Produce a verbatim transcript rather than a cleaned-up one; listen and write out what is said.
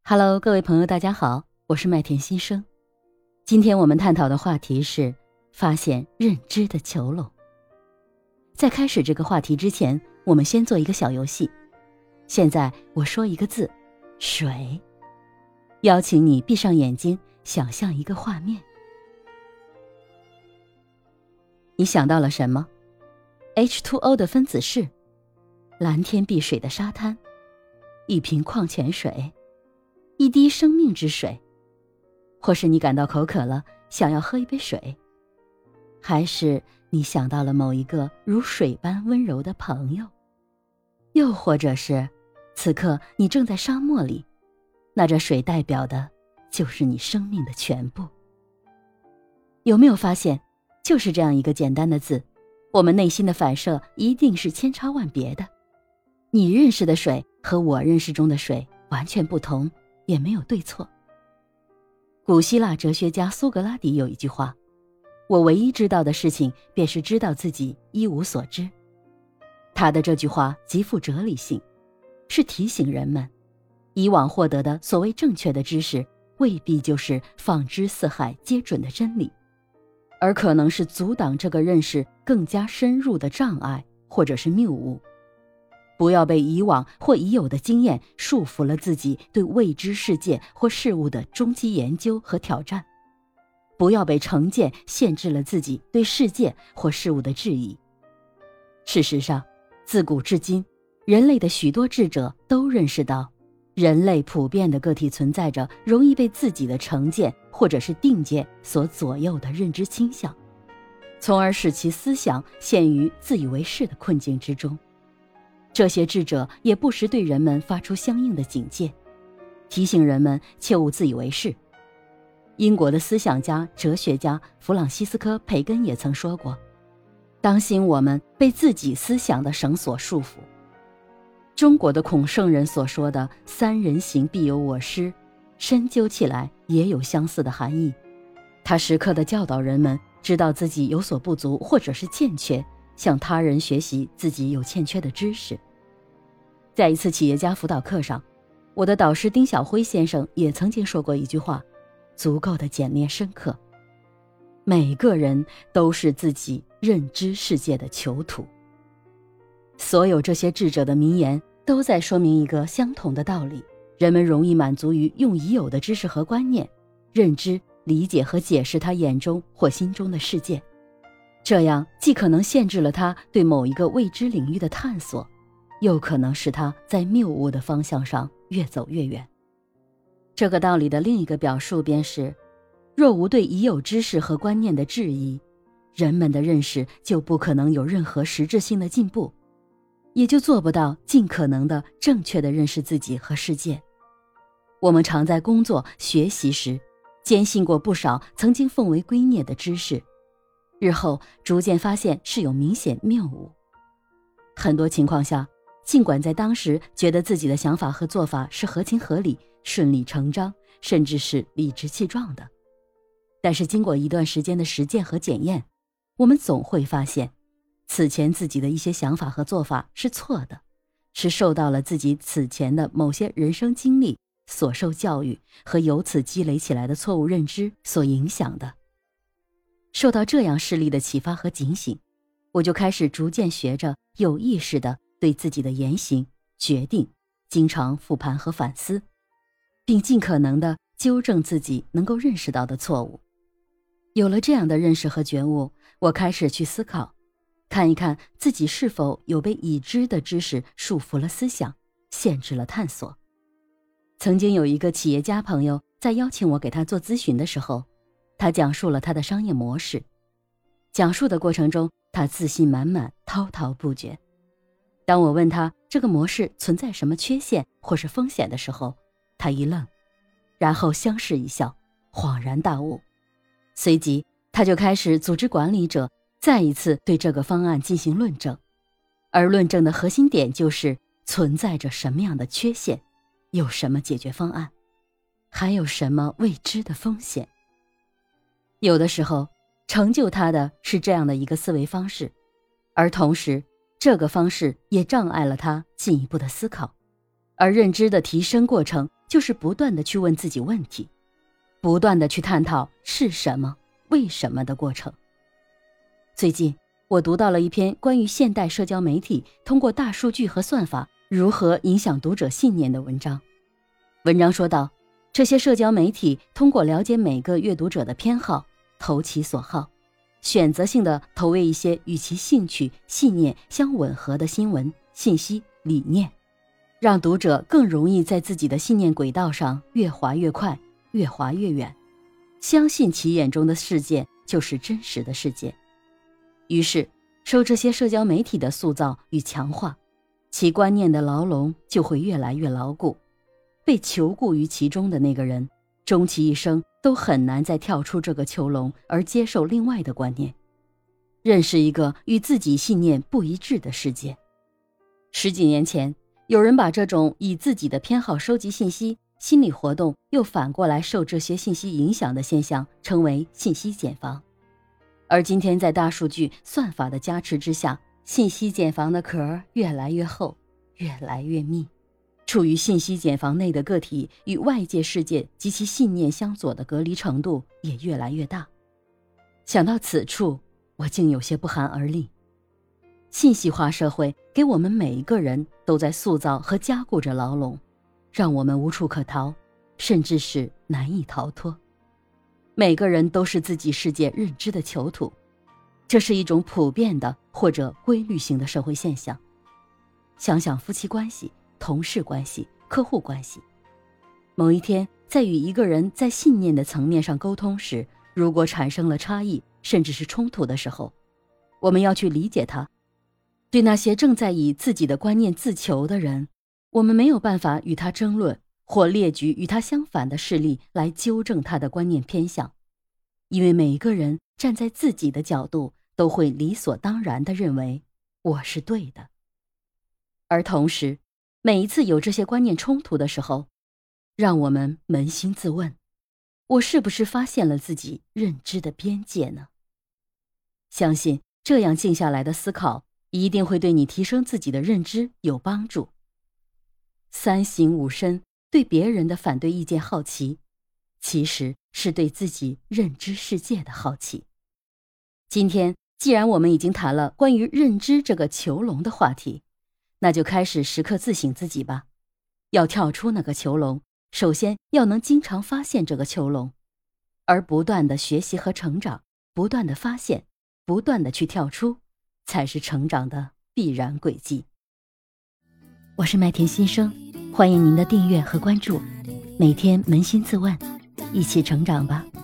Hello， 各位朋友，大家好，我是麦田新生。今天我们探讨的话题是发现认知的囚笼。在开始这个话题之前，我们先做一个小游戏。现在我说一个字，水，邀请你闭上眼睛，想象一个画面。你想到了什么？ H 二 O 的分子式，蓝天碧水的沙滩，一瓶矿泉水，一滴生命之水，或是你感到口渴了，想要喝一杯水，还是你想到了某一个如水般温柔的朋友，又或者是此刻你正在沙漠里，那这水代表的就是你生命的全部。有没有发现，就是这样一个简单的字，我们内心的反射一定是千差万别的。你认识的水和我认识中的水完全不同，也没有对错。古希腊哲学家苏格拉底有一句话，我唯一知道的事情便是知道自己一无所知。他的这句话极富哲理性，是提醒人们，以往获得的所谓正确的知识，未必就是放之四海皆准的真理，而可能是阻挡这个认识更加深入的障碍，或者是谬误。不要被以往或已有的经验束缚了自己对未知世界或事物的终极研究和挑战，不要被成见限制了自己对世界或事物的质疑。事实上，自古至今，人类的许多智者都认识到，人类普遍的个体存在着容易被自己的成见或者是定见所左右的认知倾向，从而使其思想陷于自以为是的困境之中。这些智者也不时对人们发出相应的警戒，提醒人们切勿自以为是。英国的思想家、哲学家弗朗西斯科·培根也曾说过，当心我们被自己思想的绳索束缚。中国的孔圣人所说的三人行必有我师，深究起来也有相似的含义。他时刻地教导人们知道自己有所不足或者是欠缺，向他人学习自己有欠缺的知识。在一次企业家辅导课上，我的导师丁晓辉先生也曾经说过一句话，足够的简练深刻：每个人都是自己认知世界的囚徒。所有这些智者的名言都在说明一个相同的道理，人们容易满足于用已有的知识和观念，认知、理解和解释他眼中或心中的世界，这样既可能限制了他对某一个未知领域的探索，又可能使他在谬误的方向上越走越远。这个道理的另一个表述便是，若无对已有知识和观念的质疑，人们的认识就不可能有任何实质性的进步，也就做不到尽可能的正确地认识自己和世界。我们常在工作、学习时，坚信过不少曾经奉为圭臬的知识，日后逐渐发现是有明显谬误。很多情况下，尽管在当时觉得自己的想法和做法是合情合理、顺理成章，甚至是理直气壮的，但是经过一段时间的实践和检验，我们总会发现，此前自己的一些想法和做法是错的，是受到了自己此前的某些人生经历、所受教育和由此积累起来的错误认知所影响的。受到这样事例的启发和警醒，我就开始逐渐学着有意识地对自己的言行、决定经常复盘和反思，并尽可能地纠正自己能够认识到的错误。有了这样的认识和觉悟，我开始去思考，看一看自己是否有被已知的知识束缚了思想，限制了探索。曾经有一个企业家朋友在邀请我给他做咨询的时候，他讲述了他的商业模式。讲述的过程中，他自信满满，滔滔不绝。当我问他这个模式存在什么缺陷或是风险的时候，他一愣，然后相视一笑，恍然大悟。随即他就开始组织管理者再一次对这个方案进行论证，而论证的核心点就是存在着什么样的缺陷，有什么解决方案，还有什么未知的风险。有的时候成就他的是这样的一个思维方式，而同时这个方式也障碍了他进一步的思考，而认知的提升过程就是不断地去问自己问题，不断地去探讨是什么、为什么的过程。最近，我读到了一篇关于现代社交媒体通过大数据和算法如何影响读者信念的文章。文章说到，这些社交媒体通过了解每个阅读者的偏好，投其所好，选择性地投喂一些与其兴趣、信念相吻合的新闻、信息、理念，让读者更容易在自己的信念轨道上越滑越快，越滑越远，相信其眼中的世界就是真实的世界。于是，受这些社交媒体的塑造与强化，其观念的牢笼就会越来越牢固，被囚固于其中的那个人，终其一生都很难再跳出这个囚笼而接受另外的观念，认识一个与自己信念不一致的世界。十几年前，有人把这种以自己的偏好收集信息、心理活动又反过来受这些信息影响的现象称为信息茧房。而今天在大数据算法的加持之下，信息茧房的壳越来越厚，越来越密，处于信息茧房内的个体与外界世界及其信念相左的隔离程度也越来越大。想到此处，我竟有些不寒而栗。信息化社会给我们每一个人都在塑造和加固着牢笼，让我们无处可逃，甚至是难以逃脱。每个人都是自己世界认知的囚徒，这是一种普遍的或者规律性的社会现象。想想夫妻关系、同事关系、客户关系，某一天在与一个人在信念的层面上沟通时，如果产生了差异，甚至是冲突的时候，我们要去理解他。对那些正在以自己的观念自求的人，我们没有办法与他争论，或列举与他相反的事例来纠正他的观念偏向，因为每一个人站在自己的角度，都会理所当然地认为我是对的。而同时，每一次有这些观念冲突的时候，让我们扪心自问，我是不是发现了自己认知的边界呢？相信这样静下来的思考，一定会对你提升自己的认知有帮助。三省吾身，对别人的反对意见好奇，其实是对自己认知世界的好奇。今天既然我们已经谈了关于认知这个囚笼的话题，那就开始时刻自省自己吧。要跳出那个囚笼，首先要能经常发现这个囚笼，而不断的学习和成长，不断的发现，不断的去跳出，才是成长的必然轨迹。我是麦田新生，欢迎您的订阅和关注，每天扪心自问，一起成长吧。